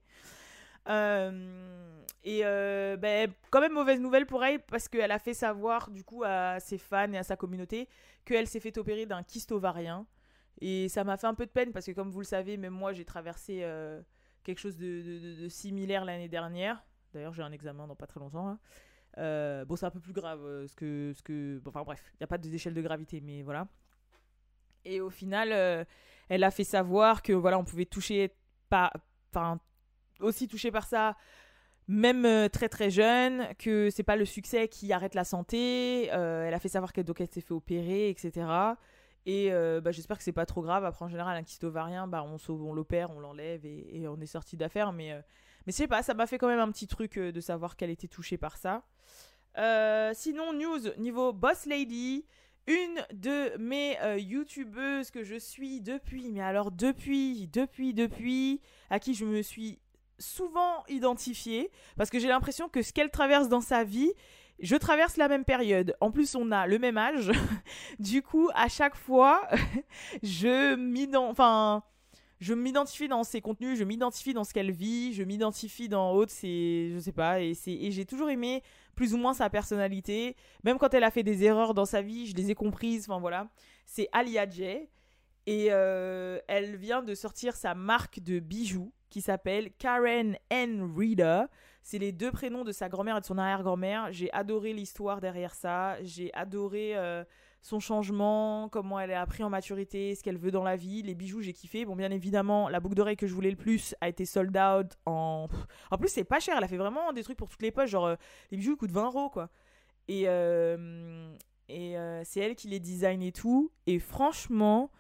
Euh, et euh, ben, quand même mauvaise nouvelle pour elle parce qu'elle a fait savoir du coup à ses fans et à sa communauté qu'elle s'est fait opérer d'un kyste ovarien et ça m'a fait un peu de peine parce que comme vous le savez même moi j'ai traversé euh, quelque chose de, de, de, de similaire l'année dernière. D'ailleurs j'ai un examen dans pas très longtemps là. Euh, bon c'est un peu plus grave euh, ce que, ce que... Bon, enfin bref il n'y a pas d'échelle de gravité mais voilà et au final euh, elle a fait savoir que voilà on pouvait toucher pas enfin aussi touchée par ça, même euh, très très jeune, que c'est pas le succès qui arrête la santé. Euh, elle a fait savoir qu'elle donc elle s'est fait opérer, et cetera. Et euh, bah, j'espère que c'est pas trop grave. Après, en général, un kyste ovarien, bah, on, on l'opère, on l'enlève et, et on est sorti d'affaire. Mais, euh, mais je sais pas, ça m'a fait quand même un petit truc euh, de savoir qu'elle était touchée par ça. Euh, sinon, news niveau Boss Lady. Une de mes euh, youtubeuses que je suis depuis, mais alors depuis, depuis, depuis, à qui je me suis souvent identifiée parce que j'ai l'impression que ce qu'elle traverse dans sa vie, je traverse la même période. En plus, on a le même âge. Du coup, à chaque fois, je m'identifie, enfin, je m'identifie dans ses contenus, je m'identifie dans ce qu'elle vit, je m'identifie dans autres, c'est, je sais pas, et, c'est, et j'ai toujours aimé plus ou moins sa personnalité. Même quand elle a fait des erreurs dans sa vie, je les ai comprises. Enfin voilà, c'est Alia J. Et euh, elle vient de sortir sa marque de bijoux qui s'appelle Karen and Rita. C'est les deux prénoms de sa grand-mère et de son arrière-grand-mère. J'ai adoré l'histoire derrière ça. J'ai adoré euh, son changement, comment elle a appris en maturité, ce qu'elle veut dans la vie. Les bijoux, j'ai kiffé. Bon, bien évidemment, la boucle d'oreille que je voulais le plus a été sold out en... En plus, c'est pas cher. Elle a fait vraiment des trucs pour toutes les poches. Genre, euh, les bijoux coûtent vingt euros, quoi. Et, euh, et euh, c'est elle qui les design et tout. Et franchement...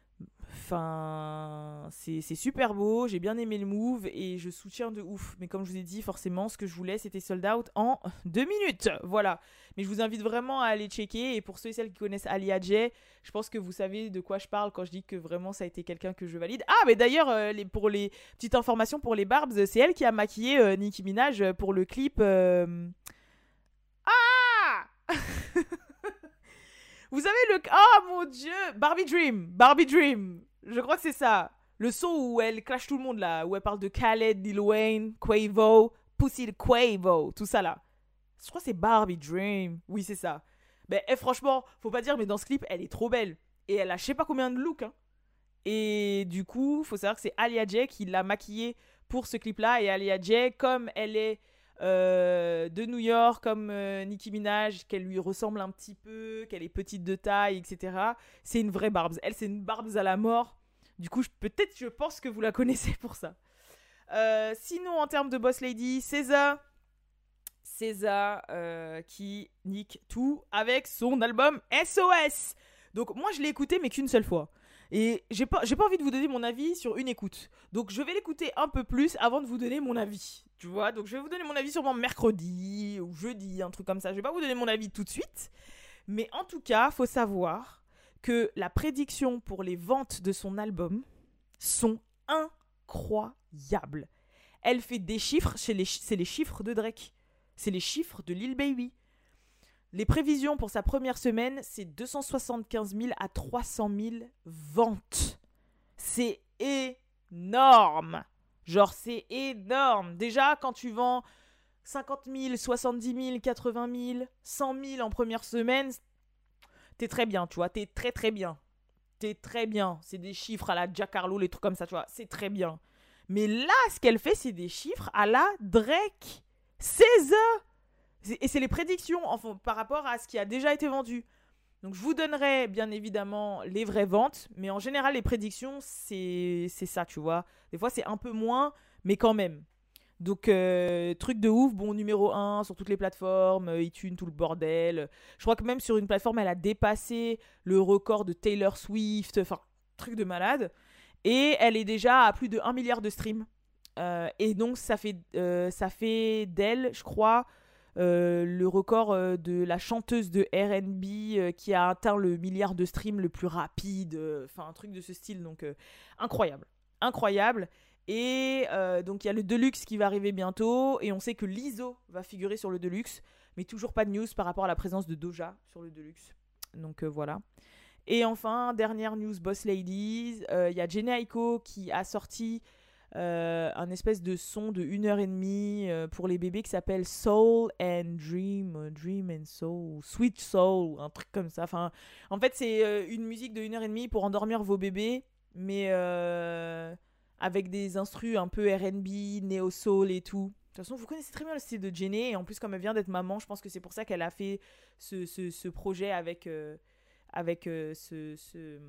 Enfin, c'est, c'est super beau, j'ai bien aimé le move et je soutiens de ouf. Mais comme je vous ai dit, forcément, ce que je voulais, c'était sold out en deux minutes. Voilà. Mais je vous invite vraiment à aller checker. Et pour ceux et celles qui connaissent Alia J, je pense que vous savez de quoi je parle quand je dis que vraiment ça a été quelqu'un que je valide. Ah, mais d'ailleurs, euh, les, pour les petites informations pour les Barbs, c'est elle qui a maquillé euh, Nicki Minaj pour le clip. Euh... Ah Vous avez le... Oh mon dieu Barbie Dream Barbie Dream Je crois que c'est ça. Le son où elle clash tout le monde là. Où elle parle de Khaled, Lil Wayne, Quavo, Pussy de Quavo. Tout ça là. Je crois que c'est Barbie Dream. Oui, c'est ça. Ben, eh, franchement, faut pas dire, mais dans ce clip, elle est trop belle. Et elle a je sais pas combien de looks. Hein. Et du coup, faut savoir que c'est Alia J qui l'a maquillée pour ce clip là. Et Alia J, comme elle est... Euh, de New York comme euh, Nicki Minaj, qu'elle lui ressemble un petit peu, qu'elle est petite de taille, et cetera. C'est une vraie Barbs. Elle, c'est une Barbs à la mort. Du coup, je, peut-être, je pense que vous la connaissez pour ça. Euh, sinon, en termes de Boss Lady, César. César euh, qui nique tout avec son album S O S. Donc, moi, je l'ai écouté, mais qu'une seule fois. Et j'ai pas, j'ai pas envie de vous donner mon avis sur une écoute. Donc je vais l'écouter un peu plus avant de vous donner mon avis. Tu vois, donc je vais vous donner mon avis sûrement mercredi ou jeudi, un truc comme ça. Je vais pas vous donner mon avis tout de suite. Mais en tout cas, faut savoir que la prédiction pour les ventes de son album sont incroyables. Elle fait des chiffres, c'est les, c'est les chiffres de Drake. C'est les chiffres de Lil Baby. Les prévisions pour sa première semaine, c'est deux cent soixante-quinze mille à trois cent mille ventes. C'est énorme. Genre, c'est énorme. Déjà, quand tu vends cinquante mille, soixante-dix mille, quatre-vingt mille, cent mille en première semaine, t'es très bien, tu vois. T'es très, très bien. T'es très bien. C'est des chiffres à la Jack Harlow, les trucs comme ça, tu vois. C'est très bien. Mais là, ce qu'elle fait, c'est des chiffres à la Drake. César. Et c'est les prédictions enfin, par rapport à ce qui a déjà été vendu. Donc je vous donnerai bien évidemment les vraies ventes, mais en général les prédictions c'est, c'est ça, tu vois. Des fois c'est un peu moins, mais quand même. Donc euh, truc de ouf, bon numéro un sur toutes les plateformes, euh, iTunes, tout le bordel. Je crois que même sur une plateforme elle a dépassé le record de Taylor Swift, enfin truc de malade. Et elle est déjà à plus de un milliard de streams. Euh, et donc ça fait, euh, ça fait d'elle, je crois... euh, le record euh, de la chanteuse de R and B euh, qui a atteint le milliard de streams le plus rapide, enfin euh, un truc de ce style, donc euh, incroyable, incroyable. Et euh, donc il y a le Deluxe qui va arriver bientôt, et on sait que Lizzo va figurer sur le Deluxe, mais toujours pas de news par rapport à la présence de Doja sur le Deluxe. Donc euh, voilà. Et enfin, dernière news Boss Ladies, il euh, y a Jhené Aiko qui a sorti euh, un espèce de son de une heure et demie euh, pour les bébés qui s'appelle Soul and Dream, euh, Dream and Soul, Sweet Soul, un truc comme ça. Enfin, en fait, c'est euh, une musique de une heure et demie pour endormir vos bébés, mais euh, avec des instrus un peu R and B, néo-soul et tout. De toute façon, vous connaissez très bien le style de Jhené, et en plus, comme elle vient d'être maman, je pense que c'est pour ça qu'elle a fait ce, ce, ce projet avec... Euh, avec euh, ce, ce...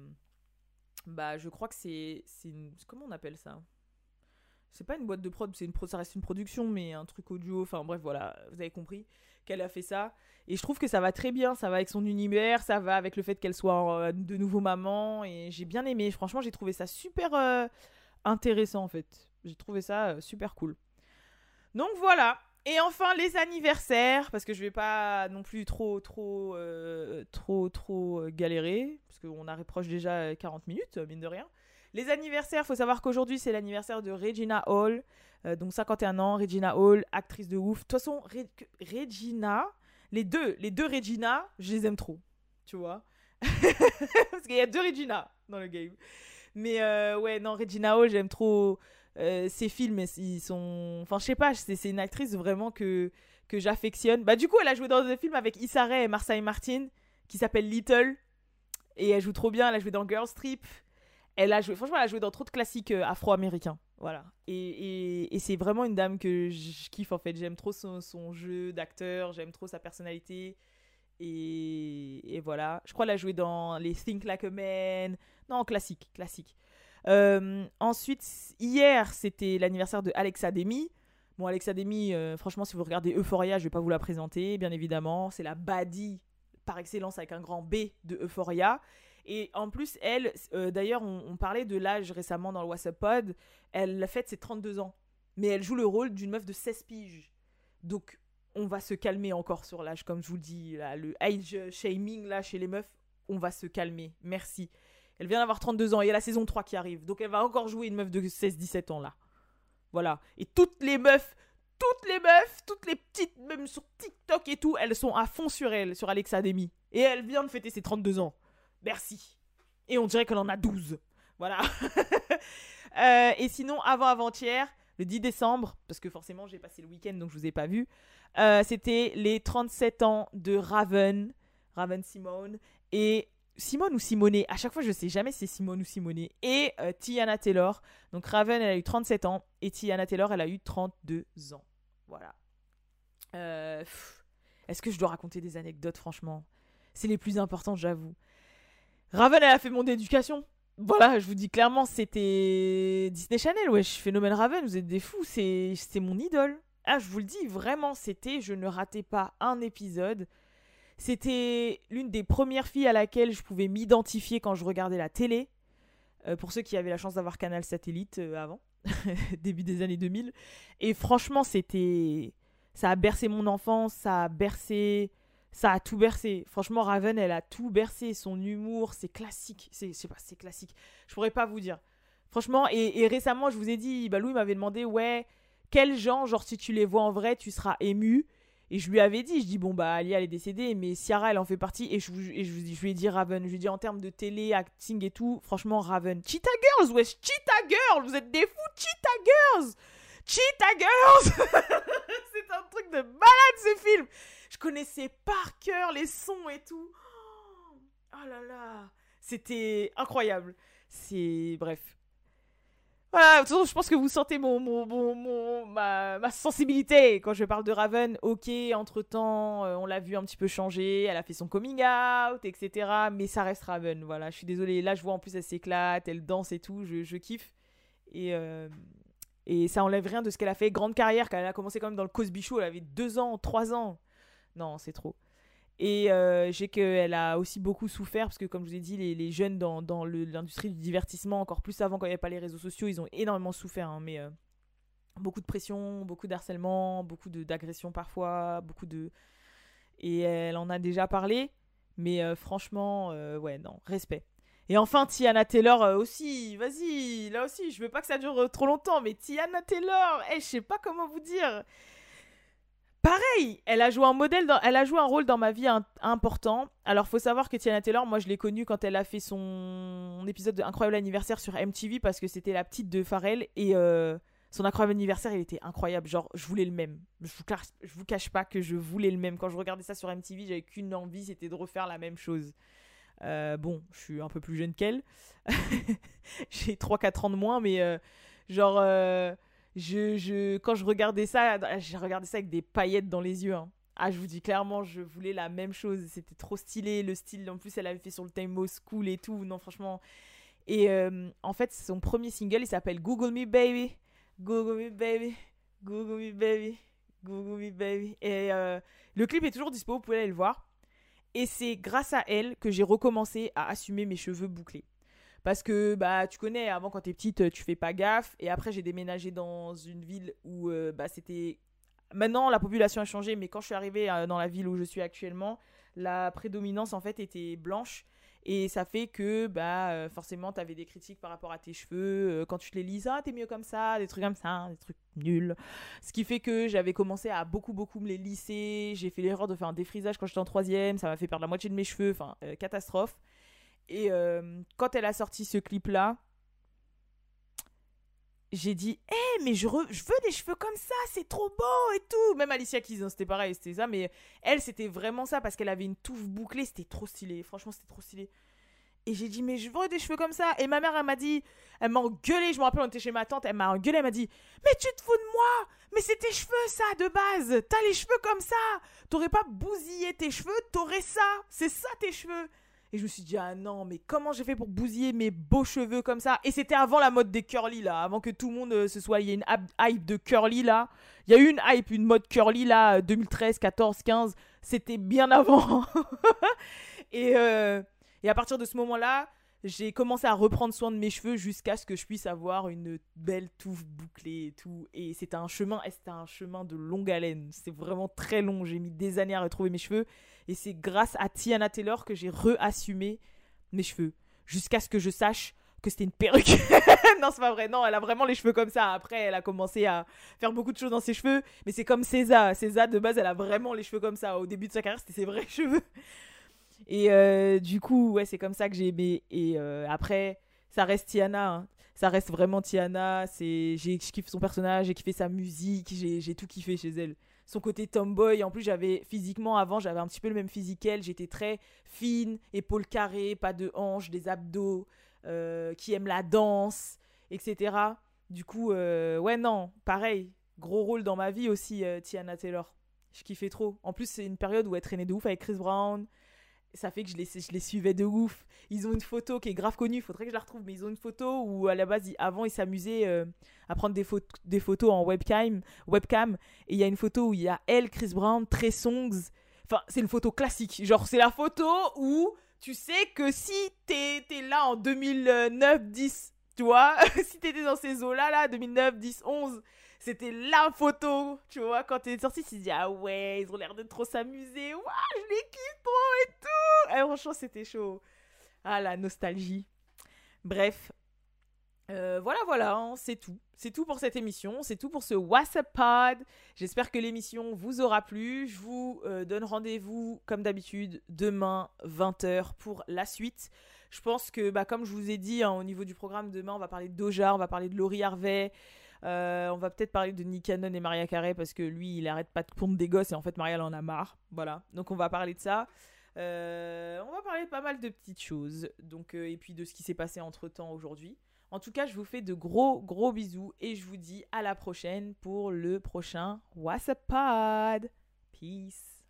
Bah, je crois que c'est... c'est une... Comment on appelle ça ? C'est pas une boîte de prod, c'est une pro... ça reste une production, mais un truc audio. Enfin, bref, voilà, vous avez compris qu'elle a fait ça. Et je trouve que ça va très bien, ça va avec son univers, ça va avec le fait qu'elle soit euh, de nouveau maman. Et j'ai bien aimé, franchement, j'ai trouvé ça super euh, intéressant, en fait. J'ai trouvé ça euh, super cool. Donc, voilà. Et enfin, les anniversaires, parce que je vais pas non plus trop, trop, euh, trop, trop galérer, parce qu'on a reproche déjà quarante minutes, mine de rien. Les anniversaires, il faut savoir qu'aujourd'hui, c'est l'anniversaire de Regina Hall, euh, donc cinquante et un ans, Regina Hall, actrice de ouf. De toute façon, Re- Regina, les deux, les deux Regina, je les aime trop, tu vois. Parce qu'il y a deux Regina dans le game. Mais euh, ouais, non, Regina Hall, j'aime trop... Euh, ses films, ils sont... Enfin, je sais pas, c'est, c'est une actrice vraiment que, que j'affectionne. Bah, du coup, elle a joué dans un film avec Issa Rae et Marseille Martin qui s'appelle Little. Et elle joue trop bien. Elle a joué dans Girls Trip. Elle a joué... Franchement, elle a joué dans trop de classiques euh, afro-américains. Voilà. Et, et, et c'est vraiment une dame que je kiffe, en fait. J'aime trop son, son jeu d'acteur. J'aime trop sa personnalité. Et, et voilà. Je crois qu'elle a joué dans les Think Like a Man. Non, classique, classique. Euh, ensuite, hier, c'était l'anniversaire de Alexa Demi. Bon, Alexa Demi, euh, franchement, si vous regardez Euphoria, je vais pas vous la présenter, bien évidemment. C'est la baddie par excellence avec un grand B de Euphoria. Et en plus, elle, euh, d'ailleurs, on, on parlait de l'âge récemment dans le WhatsApp Pod. Elle a fait ses trente-deux ans. Mais elle joue le rôle d'une meuf de seize piges. Donc, on va se calmer encore sur l'âge, comme je vous le dis. Là, le age shaming là, chez les meufs, on va se calmer. Merci. Elle vient d'avoir trente-deux ans et il y a la saison trois qui arrive. Donc elle va encore jouer une meuf de seize dix-sept ans là. Voilà. Et toutes les meufs, toutes les meufs, toutes les petites, même sur TikTok et tout, elles sont à fond sur elle, sur Alexa Demi. Et elle vient de fêter ses trente-deux ans. Merci. Et on dirait qu'elle en a douze. Voilà. euh, et sinon, avant-avant-hier, le dix décembre, parce que forcément j'ai passé le week-end donc je vous ai pas vu, euh, c'était les trente-sept ans de Raven, Raven Simone. Et... Simone ou Simonet, à chaque fois je sais jamais si c'est Simone ou Simonet, et euh, Teyana Taylor. Donc Raven, elle a eu trente-sept ans et Teyana Taylor, elle a eu trente-deux ans. Voilà. Euh, pff, est-ce que je dois raconter des anecdotes, franchement ? C'est les plus importantes, j'avoue. Raven, elle a fait mon éducation. Voilà, je vous dis clairement, c'était Disney Channel, wesh, phénomène Raven, vous êtes des fous, c'est, c'est mon idole. Ah, je vous le dis, vraiment, c'était, je ne ratais pas un épisode. C'était l'une des premières filles à laquelle je pouvais m'identifier quand je regardais la télé. Euh, pour ceux qui avaient la chance d'avoir Canal Satellite euh, avant, début des années deux mille. Et franchement, c'était... Ça a bercé mon enfance, ça a bercé... Ça a tout bercé. Franchement, Raven, elle a tout bercé. Son humour, c'est classique. C'est, je sais pas, c'est classique. Je pourrais pas vous dire. Franchement, et, et récemment, je vous ai dit, bah, Louis m'avait demandé, ouais, quels gens, genre, si tu les vois en vrai, tu seras ému. Et je lui avais dit, je dis, bon, bah, Alia, elle est décédée, mais Ciara, elle en fait partie. Et je, et je, je lui ai dit Raven. Je lui ai dit, en termes de télé, acting et tout, franchement, Raven. Cheetah Girls, wesh, Cheetah Girls, vous êtes des fous, Cheetah Girls Cheetah Girls c'est un truc de malade, ce film. Je connaissais par cœur les sons et tout. Oh là là, c'était incroyable. C'est... Bref. Voilà, de toute façon, je pense que vous sentez mon, mon, mon, mon, ma, ma sensibilité quand je parle de Raven. Ok, entre-temps, euh, on l'a vu un petit peu changer, elle a fait son coming out, et cetera. Mais ça reste Raven, voilà. Je suis désolée, là je vois en plus elle s'éclate, elle danse et tout, je, je kiffe. Et, euh, et ça enlève rien de ce qu'elle a fait. Grande carrière, quand elle a commencé quand même dans le Cosby Show, elle avait deux ans, trois ans. Non, c'est trop. Et euh, j'ai qu'elle a aussi beaucoup souffert parce que, comme je vous ai dit, les, les jeunes dans, dans le, l'industrie du divertissement, encore plus avant quand il n'y avait pas les réseaux sociaux, ils ont énormément souffert. Hein, mais, euh, beaucoup de pression, beaucoup d'harcèlement, beaucoup de, d'agression parfois, beaucoup de... Et elle en a déjà parlé, mais euh, franchement, euh, ouais, non, respect. Et enfin, Teyana Taylor euh, aussi, vas-y, là aussi, je veux pas que ça dure euh, trop longtemps, mais Teyana Taylor, hey, je sais pas comment vous dire. Pareil, elle a joué un modèle, dans, elle a joué un rôle dans ma vie un, important. Alors, faut savoir que Teyana Taylor, moi, je l'ai connue quand elle a fait son épisode de Incroyable Anniversaire sur M T V parce que c'était la petite de Pharrell et euh, son Incroyable Anniversaire, il était incroyable. Genre, je voulais le même. Je vous, cache, je vous cache pas que je voulais le même. Quand je regardais ça sur M T V, j'avais qu'une envie, c'était de refaire la même chose. Euh, bon, je suis un peu plus jeune qu'elle. J'ai trois quatre ans de moins, mais euh, genre, euh, je, je, quand je regardais ça, j'ai regardé ça avec des paillettes dans les yeux. Hein. Ah, je vous dis clairement, je voulais la même chose. C'était trop stylé, le style. En plus, elle avait fait sur le Time Out School et tout. Non, franchement. Et euh, en fait, son premier single, il s'appelle Google Me Baby. Google Me Baby. Google Me Baby. Google Me Baby. Et euh, le clip est toujours dispo, vous pouvez aller le voir. Et c'est grâce à elle que j'ai recommencé à assumer mes cheveux bouclés. Parce que, bah, tu connais, avant, quand t'es petite, tu fais pas gaffe. Et après, j'ai déménagé dans une ville où, euh, bah, c'était... Maintenant, la population a changé, mais quand je suis arrivée euh, dans la ville où je suis actuellement, la prédominance, en fait, était blanche. Et ça fait que, bah, euh, forcément, t'avais des critiques par rapport à tes cheveux. Euh, quand tu te les lis, ah, t'es mieux comme ça, des trucs comme ça, hein, des trucs nuls. Ce qui fait que j'avais commencé à beaucoup, beaucoup me les lisser. J'ai fait l'erreur de faire un défrisage quand j'étais en troisième. Ça m'a fait perdre la moitié de mes cheveux. Enfin, euh, catastrophe. Et euh, quand elle a sorti ce clip-là, j'ai dit, hé, hey, mais je, re- je veux des cheveux comme ça, c'est trop beau et tout. Même Alicia Keys, hein, c'était pareil, c'était ça. Mais elle, c'était vraiment ça parce qu'elle avait une touffe bouclée. C'était trop stylé. Franchement, c'était trop stylé. Et j'ai dit, mais je veux des cheveux comme ça. Et ma mère, elle m'a dit, elle m'a engueulé. Je me rappelle, on était chez ma tante, elle m'a engueulé. Elle m'a dit, mais tu te fous de moi. Mais c'est tes cheveux, ça, de base. T'as les cheveux comme ça. T'aurais pas bousillé tes cheveux, t'aurais ça. C'est ça, tes cheveux. Et je me suis dit, ah non, mais comment j'ai fait pour bousiller mes beaux cheveux comme ça? Et c'était avant la mode des curly, là. Avant que tout le monde euh, se soit... Il y a une hype de curly, là. Il y a eu une hype, une mode curly, là, deux mille treize, quatorze, quinze. C'était bien avant. et, euh, et à partir de ce moment-là, j'ai commencé à reprendre soin de mes cheveux jusqu'à ce que je puisse avoir une belle touffe bouclée et tout. Et c'était un chemin, et c'était un chemin de longue haleine. C'est vraiment très long. J'ai mis des années à retrouver mes cheveux. Et c'est grâce à Teyana Taylor que j'ai reassumé mes cheveux. Jusqu'à ce que je sache que c'était une perruque. Non, c'est pas vrai. Non, elle a vraiment les cheveux comme ça. Après, elle a commencé à faire beaucoup de choses dans ses cheveux. Mais c'est comme César. César, de base, elle a vraiment les cheveux comme ça. Au début de sa carrière, c'était ses vrais cheveux. Et euh, du coup, ouais, c'est comme ça que j'ai aimé. Et euh, après, ça reste Teyana. Hein. Ça reste vraiment Teyana. C'est... J'ai... Je kiffe son personnage, j'ai kiffé sa musique, j'ai... j'ai tout kiffé chez elle. Son côté tomboy, en plus, j'avais physiquement, avant, j'avais un petit peu le même physique qu'elle. J'étais très fine, épaules carrées, pas de hanches, des abdos, euh, qui aime la danse, et cetera. Du coup, euh, ouais, non, pareil. Gros rôle dans ma vie aussi, euh, Teyana Taylor. Je kiffais trop. En plus, c'est une période où elle traînait de ouf avec Chris Brown. Ça fait que je les, je les suivais de ouf. Ils ont une photo qui est grave connue, il faudrait que je la retrouve, mais ils ont une photo où à la base, ils, avant, ils s'amusaient euh, à prendre des, pho- des photos en webcam, webcam. Et il y a une photo où il y a elle, Chris Brown, Trey Songz. Enfin, c'est une photo classique. Genre, c'est la photo où tu sais que si t'es, t'es là en deux mille neuf dix, tu vois, si t'étais dans ces eaux-là, là, deux mille neuf dix onze, c'était la photo, tu vois, quand t'es sortie, tu te dis, ah ouais, ils ont l'air de trop s'amuser, waouh, je les kiffe trop et tout. Et franchement, c'était chaud. Ah, la nostalgie. Bref, euh, voilà, voilà, hein, c'est tout. C'est tout pour cette émission, c'est tout pour ce WhatsApp Pod. J'espère que l'émission vous aura plu. Je vous euh, donne rendez-vous, comme d'habitude, demain, vingt heures, pour la suite. Je pense que, bah, comme je vous ai dit, hein, au niveau du programme, demain, on va parler de Doja, on va parler de Laurie Harvey. Euh, on va peut-être parler de Nick Cannon et Mariah Carey parce que lui, il arrête pas de pondre des gosses et en fait, Mariah, elle en a marre. Voilà, donc on va parler de ça. Euh, on va parler de pas mal de petites choses. Donc, euh, et puis de ce qui s'est passé entre-temps aujourd'hui. En tout cas, je vous fais de gros, gros bisous et je vous dis à la prochaine pour le prochain WhatsApp Pod. Peace.